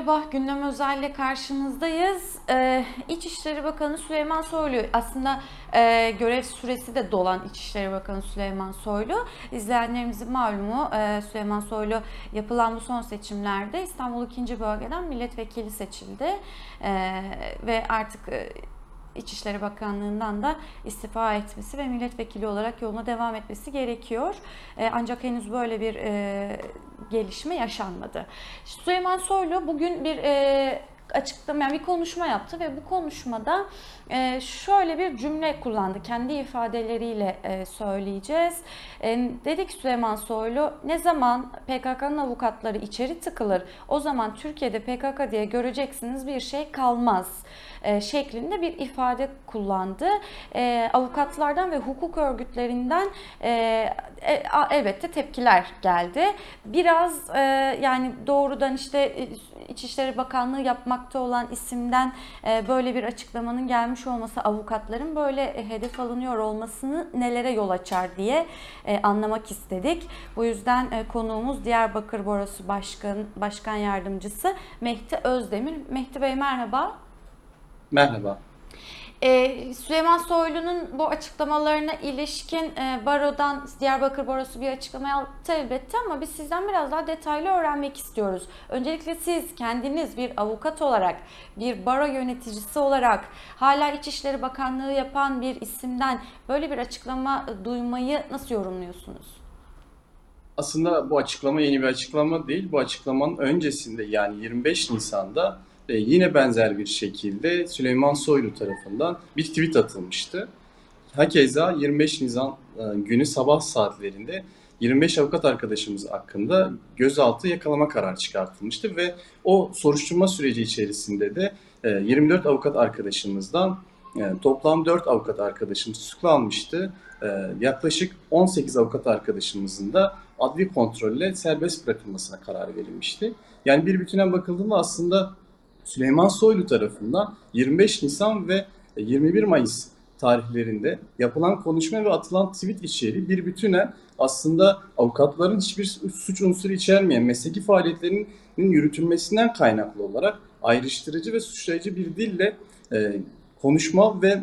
merhaba. Gündem Özel'le karşınızdayız. İçişleri Bakanı Süleyman Soylu, aslında görev süresi de dolan İçişleri Bakanı Süleyman Soylu. İzleyenlerimizin malumu Süleyman Soylu yapılan bu son seçimlerde İstanbul 2. Bölgeden milletvekili seçildi. Ve artık İçişleri Bakanlığı'ndan da istifa etmesi ve milletvekili olarak yoluna devam etmesi gerekiyor. Ancak henüz böyle bir gelişme yaşanmadı. Süleyman Soylu bugün bir açıklama, yani bir konuşma yaptı ve bu konuşmada şöyle bir cümle kullandı. Kendi ifadeleriyle söyleyeceğiz. Dedik Süleyman Soylu, ne zaman PKK'nın avukatları içeri tıkılır, o zaman Türkiye'de PKK diye göreceksiniz bir şey kalmaz şeklinde bir ifade kullandı. Avukatlardan ve hukuk örgütlerinden elbette tepkiler geldi. Biraz yani doğrudan işte İçişleri Bakanlığı yapmakta olan isimden böyle bir açıklamanın gelmiş olması, avukatların böyle hedef alınıyor olmasını nelere yol açar diye anlamak istedik. Bu yüzden konuğumuz Diyarbakır Barosu Başkan Yardımcısı Mehdi Özdemir. Mehdi Bey merhaba. Merhaba. Süleyman Soylu'nun bu açıklamalarına ilişkin Baro'dan, Diyarbakır Barosu bir açıklama yaptı elbette, ama biz sizden biraz daha detaylı öğrenmek istiyoruz. Öncelikle siz kendiniz bir avukat olarak, bir baro yöneticisi olarak hala İçişleri Bakanlığı yapan bir isimden böyle bir açıklama duymayı nasıl yorumluyorsunuz? Aslında bu açıklama yeni bir açıklama değil. Bu açıklamanın öncesinde, yani 25 Nisan'da yine benzer bir şekilde Süleyman Soylu tarafından bir tweet atılmıştı. Hakeza 25 Nisan günü sabah saatlerinde 25 avukat arkadaşımız hakkında gözaltı yakalama kararı çıkartılmıştı ve o soruşturma süreci içerisinde de 24 avukat arkadaşımızdan toplam 4 avukat arkadaşımız tutuklanmıştı. Yaklaşık 18 avukat arkadaşımızın da adli kontrolle serbest bırakılmasına karar verilmişti. Yani bir bütüne bakıldığında aslında Süleyman Soylu tarafından 25 Nisan ve 21 Mayıs tarihlerinde yapılan konuşma ve atılan tweet içeriği bir bütüne aslında avukatların hiçbir suç unsuru içermeyen mesleki faaliyetlerinin yürütülmesinden kaynaklı olarak ayrıştırıcı ve suçlayıcı bir dille konuşma ve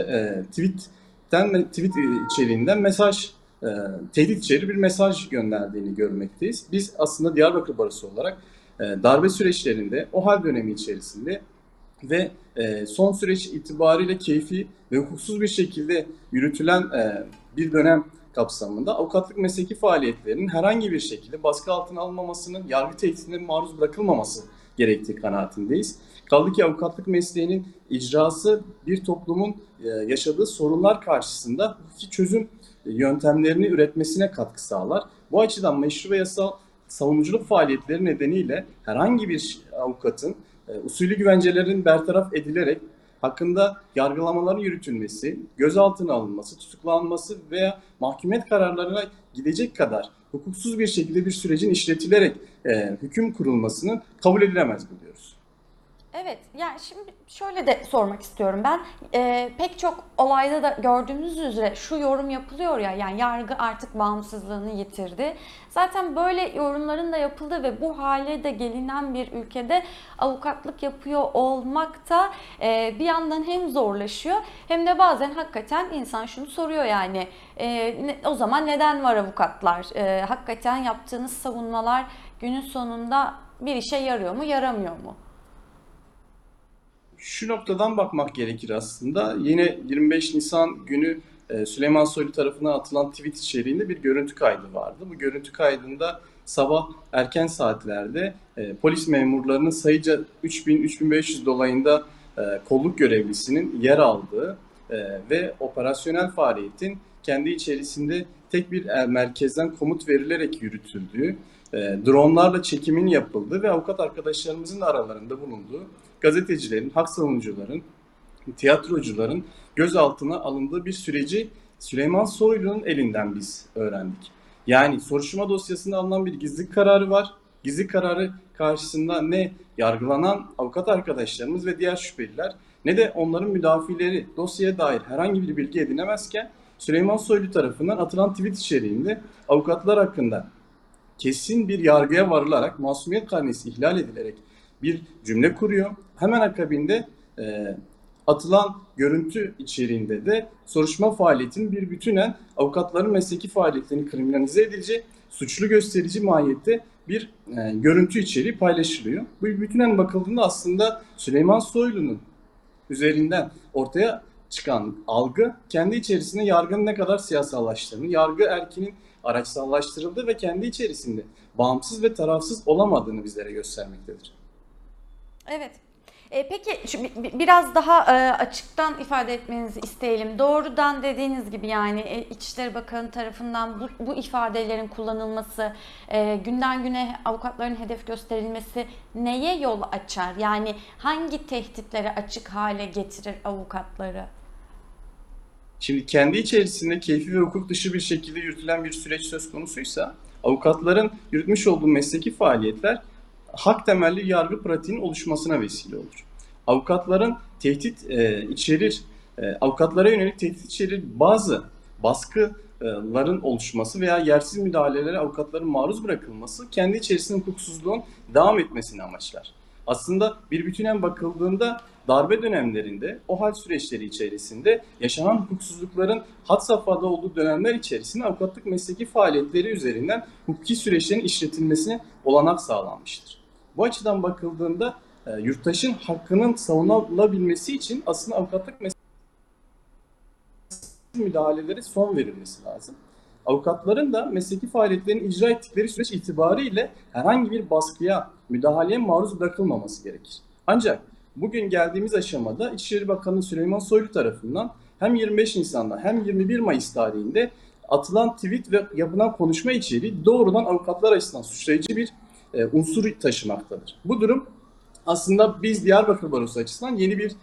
tweet içeriğinden tehdit içeri bir mesaj gönderdiğini görmekteyiz. Biz aslında Diyarbakır Barosu olarak darbe süreçlerinde, o hal dönemi içerisinde ve son süreç itibariyle keyfi ve hukuksuz bir şekilde yürütülen bir dönem kapsamında avukatlık mesleki faaliyetlerinin herhangi bir şekilde baskı altına alınmamasının, yargı tehditine maruz bırakılmaması gerektiği kanaatindeyiz. Kaldı ki avukatlık mesleğinin icrası bir toplumun yaşadığı sorunlar karşısında hukuki çözüm yöntemlerini üretmesine katkı sağlar. Bu açıdan meşru ve yasal savunuculuk faaliyetleri nedeniyle herhangi bir avukatın usulü güvencelerin bertaraf edilerek hakkında yargılamaların yürütülmesi, gözaltına alınması, tutuklanması veya mahkumiyet kararlarına gidecek kadar hukuksuz bir şekilde bir sürecin işletilerek hüküm kurulmasının kabul edilemez buluyoruz. Evet, yani şimdi şöyle de sormak istiyorum ben. Pek çok olayda da gördüğümüz üzere şu yorum yapılıyor ya, yani yargı artık bağımsızlığını yitirdi. Zaten böyle yorumların da yapıldığı ve bu hale de gelinen bir ülkede avukatlık yapıyor olmak da bir yandan hem zorlaşıyor hem de bazen hakikaten insan şunu soruyor, yani o zaman neden var avukatlar? Hakikaten yaptığınız savunmalar günün sonunda bir işe yarıyor mu, yaramıyor mu? Şu noktadan bakmak gerekir aslında. Yine 25 Nisan günü Süleyman Soylu tarafından atılan tweet içeriğinde bir görüntü kaydı vardı. Bu görüntü kaydında sabah erken saatlerde polis memurlarının sayıca 3000-3500 dolayında kolluk görevlisinin yer aldığı ve operasyonel faaliyetin kendi içerisinde tek bir merkezden komut verilerek yürütüldüğü, dronlarla çekimin yapıldığı ve avukat arkadaşlarımızın da aralarında bulunduğu gazetecilerin, hak savunucuların, tiyatrocuların gözaltına alındığı bir süreci Süleyman Soylu'nun elinden biz öğrendik. Yani soruşturma dosyasında alınan bir gizlilik kararı var. Gizlilik kararı karşısında ne yargılanan avukat arkadaşlarımız ve diğer şüpheliler ne de onların müdafileri dosyaya dair herhangi bir bilgi edinemezken Süleyman Soylu tarafından atılan tweet içeriğinde avukatlar hakkında kesin bir yargıya varılarak masumiyet karnesi ihlal edilerek bir cümle kuruyor. Hemen akabinde atılan görüntü içeriğinde de soruşturma faaliyetinin bir bütünen avukatların mesleki faaliyetlerini kriminalize edici, suçlu gösterici mahiyette bir görüntü içeriği paylaşılıyor. Bu bütünen bakıldığında aslında Süleyman Soylu'nun üzerinden ortaya çıkan algı kendi içerisinde yargının ne kadar siyasallaştığını, yargı erkinin araçsallaştırıldığı ve kendi içerisinde bağımsız ve tarafsız olamadığını bizlere göstermektedir. Evet. Peki biraz daha açıktan ifade etmenizi isteyelim. Doğrudan dediğiniz gibi yani İçişleri Bakanı tarafından bu ifadelerin kullanılması, günden güne avukatların hedef gösterilmesi neye yol açar? Yani hangi tehditlere açık hale getirir avukatları? Şimdi kendi içerisinde keyfi ve hukuk dışı bir şekilde yürütülen bir süreç söz konusuysa avukatların yürütmüş olduğu mesleki faaliyetler hak temelli yargı pratiğinin oluşmasına vesile olur. Avukatların tehdit içerir, avukatlara yönelik tehdit içerir bazı baskıların oluşması veya yersiz müdahalelere avukatların maruz bırakılması kendi içerisinde hukuksuzluğun devam etmesini amaçlar. Aslında bir bütünen bakıldığında darbe dönemlerinde o hal süreçleri içerisinde yaşanan hukuksuzlukların had safhada olduğu dönemler içerisinde avukatlık mesleki faaliyetleri üzerinden hukuki süreçlerin işletilmesine olanak sağlanmıştır. Bu açıdan bakıldığında yurttaşın hakkının savunulabilmesi için aslında avukatlık mesleki müdahalelere son verilmesi lazım. Avukatların da mesleki faaliyetlerini icra ettikleri süreç itibariyle herhangi bir baskıya, müdahaleye maruz bırakılmaması gerekir. Ancak bugün geldiğimiz aşamada İçişleri Bakanı Süleyman Soylu tarafından hem 25 Nisan'da hem 21 Mayıs tarihinde atılan tweet ve yapılan konuşma içeriği doğrudan avukatlar açısından suçlayıcı bir unsur taşımaktadır. Bu durum aslında biz Diyarbakır Barosu açısından yeni bir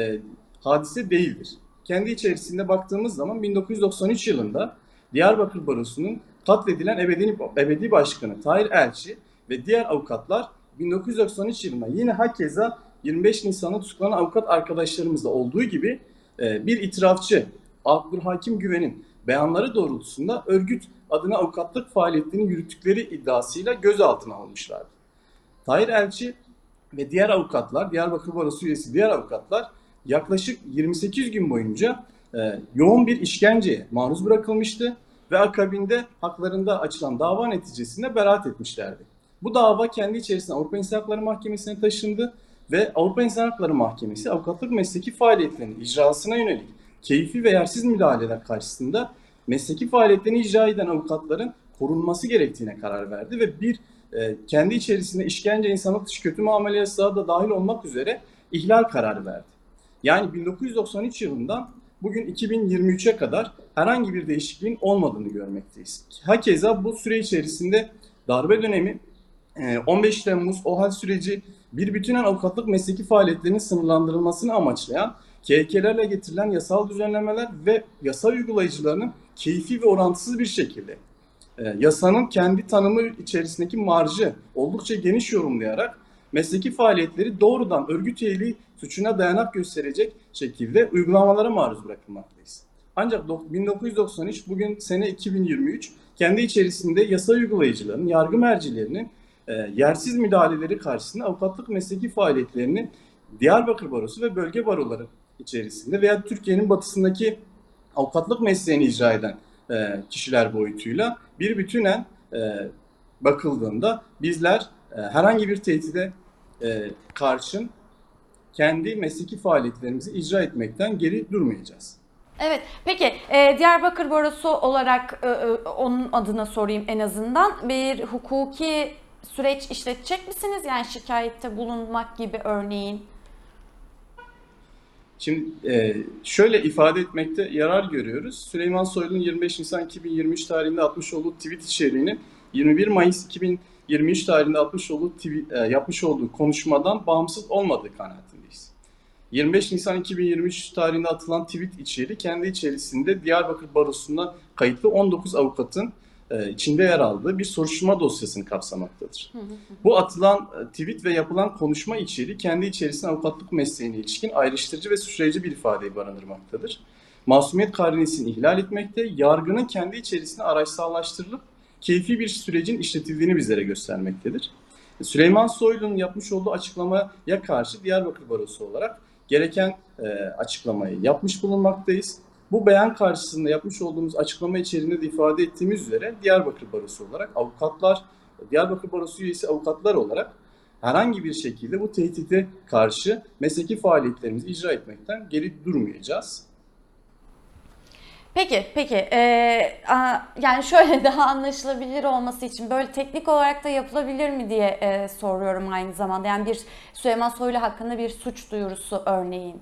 hadise değildir. Kendi içerisinde baktığımız zaman 1993 yılında Diyarbakır Barosu'nun katledilen ebedi başkanı Tahir Elçi ve diğer avukatlar 1993 yılında yine hakeza 25 Nisan'da tutuklanan avukat arkadaşlarımızda olduğu gibi bir itirafçı Abdülhakim Güven'in beyanları doğrultusunda örgüt adına avukatlık faaliyetlerini yürüttükleri iddiasıyla gözaltına alınmışlardı. Tahir Elçi ve diğer avukatlar, Diyarbakır Barosu üyesi diğer avukatlar yaklaşık 28 gün boyunca yoğun bir işkenceye maruz bırakılmıştı ve akabinde haklarında açılan dava neticesinde beraat etmişlerdi. Bu dava kendi içerisinde Avrupa İnsan Hakları Mahkemesi'ne taşındı ve Avrupa İnsan Hakları Mahkemesi avukatlık mesleki faaliyetlerinin icrasına yönelik keyfi ve yersiz müdahaleler karşısında mesleki faaliyetlerini icra eden avukatların korunması gerektiğine karar verdi ve kendi içerisinde işkence, insanlık dışı kötü muamele yasağı da dahil olmak üzere ihlal kararı verdi. Yani 1993 yılından bugün 2023'e kadar herhangi bir değişikliğin olmadığını görmekteyiz. Hakeza bu süre içerisinde darbe dönemi, 15 Temmuz OHAL süreci bir bütünen avukatlık mesleki faaliyetlerinin sınırlandırılmasını amaçlayan KHK'lerle getirilen yasal düzenlemeler ve yasa uygulayıcılarının keyfi ve orantısız bir şekilde yasanın kendi tanımı içerisindeki marjı oldukça geniş yorumlayarak mesleki faaliyetleri doğrudan örgüt üyeliği suçuna dayanak gösterecek şekilde uygulamalara maruz bırakılmaktayız. Ancak 1993 bugün sene 2023 kendi içerisinde yasa uygulayıcıların, yargı mercilerinin yersiz müdahaleleri karşısında avukatlık mesleki faaliyetlerinin Diyarbakır Barosu ve bölge baroları içerisinde veya Türkiye'nin batısındaki avukatlık mesleğini icra eden kişiler boyutuyla bir bütünen bakıldığında bizler herhangi bir tehdide karşın kendi mesleki faaliyetlerimizi icra etmekten geri durmayacağız. Evet, peki Diyarbakır Barosu olarak onun adına sorayım en azından. Bir hukuki süreç işletecek misiniz? Yani şikayette bulunmak gibi örneğin. Şimdi şöyle ifade etmekte yarar görüyoruz. Süleyman Soylu'nun 25 Nisan 2023 tarihinde atmış olduğu tweet içeriğinin 21 Mayıs 2023 tarihinde yapmış olduğu konuşmadan bağımsız olmadığı kanaatindeyiz. 25 Nisan 2023 tarihinde atılan tweet içeriği kendi içerisinde Diyarbakır Barosu'na kayıtlı 19 avukatın içinde yer aldığı bir soruşturma dosyasını kapsamaktadır. Bu atılan tweet ve yapılan konuşma içeriği kendi içerisinde avukatlık mesleğine ilişkin ayrıştırıcı ve suçlayıcı bir ifadeyi barındırmaktadır. Masumiyet kainesini ihlal etmekte, yargının kendi içerisinde araçsallaştırılıp keyfi bir sürecin işletildiğini bizlere göstermektedir. Süleyman Soylu'nun yapmış olduğu açıklamaya karşı Diyarbakır Barosu olarak gereken açıklamayı yapmış bulunmaktayız. Bu beyan karşısında yapmış olduğumuz açıklama içeriğinde de ifade ettiğimiz üzere Diyarbakır Barosu olarak avukatlar, Diyarbakır Barosu üyesi avukatlar olarak herhangi bir şekilde bu tehdide karşı mesleki faaliyetlerimizi icra etmekten geri durmayacağız. Peki. Yani şöyle daha anlaşılabilir olması için böyle teknik olarak da yapılabilir mi diye soruyorum aynı zamanda. Yani bir Süleyman Soylu hakkında bir suç duyurusu örneğin.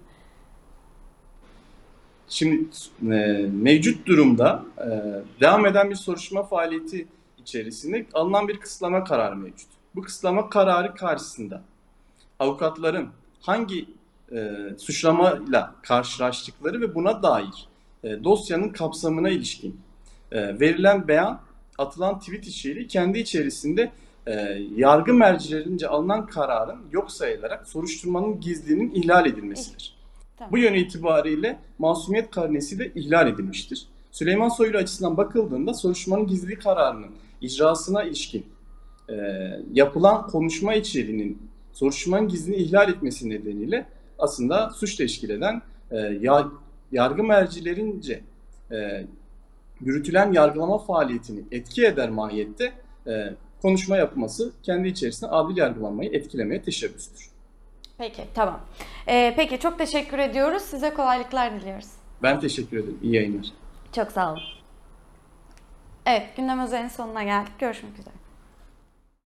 Şimdi mevcut durumda devam eden bir soruşturma faaliyeti içerisinde alınan bir kısıtlama kararı mevcut. Bu kısıtlama kararı karşısında avukatların hangi suçlamayla karşılaştıkları ve buna dair dosyanın kapsamına ilişkin verilen beyan, atılan tweet içeriği kendi içerisinde yargı mercilerince alınan kararın yok sayılarak soruşturmanın gizliliğinin ihlal edilmesidir. Tamam. Bu yönü itibariyle masumiyet karnesi de ihlal edilmiştir. Süleyman Soylu açısından bakıldığında soruşturmanın gizliliği kararının icrasına ilişkin yapılan konuşma içeriğinin soruşturmanın gizliliğini ihlal etmesi nedeniyle aslında suç teşkil eden yargı mercilerince yürütülen yargılama faaliyetini etki eder mahiyette konuşma yapması kendi içerisinde adil yargılanmayı etkilemeye teşebbüstür. Peki, tamam. Peki, çok teşekkür ediyoruz. Size kolaylıklar diliyoruz. Ben teşekkür ederim. İyi yayınlar. Çok sağ olun. Evet, gündem özelinin sonuna geldik. Görüşmek üzere.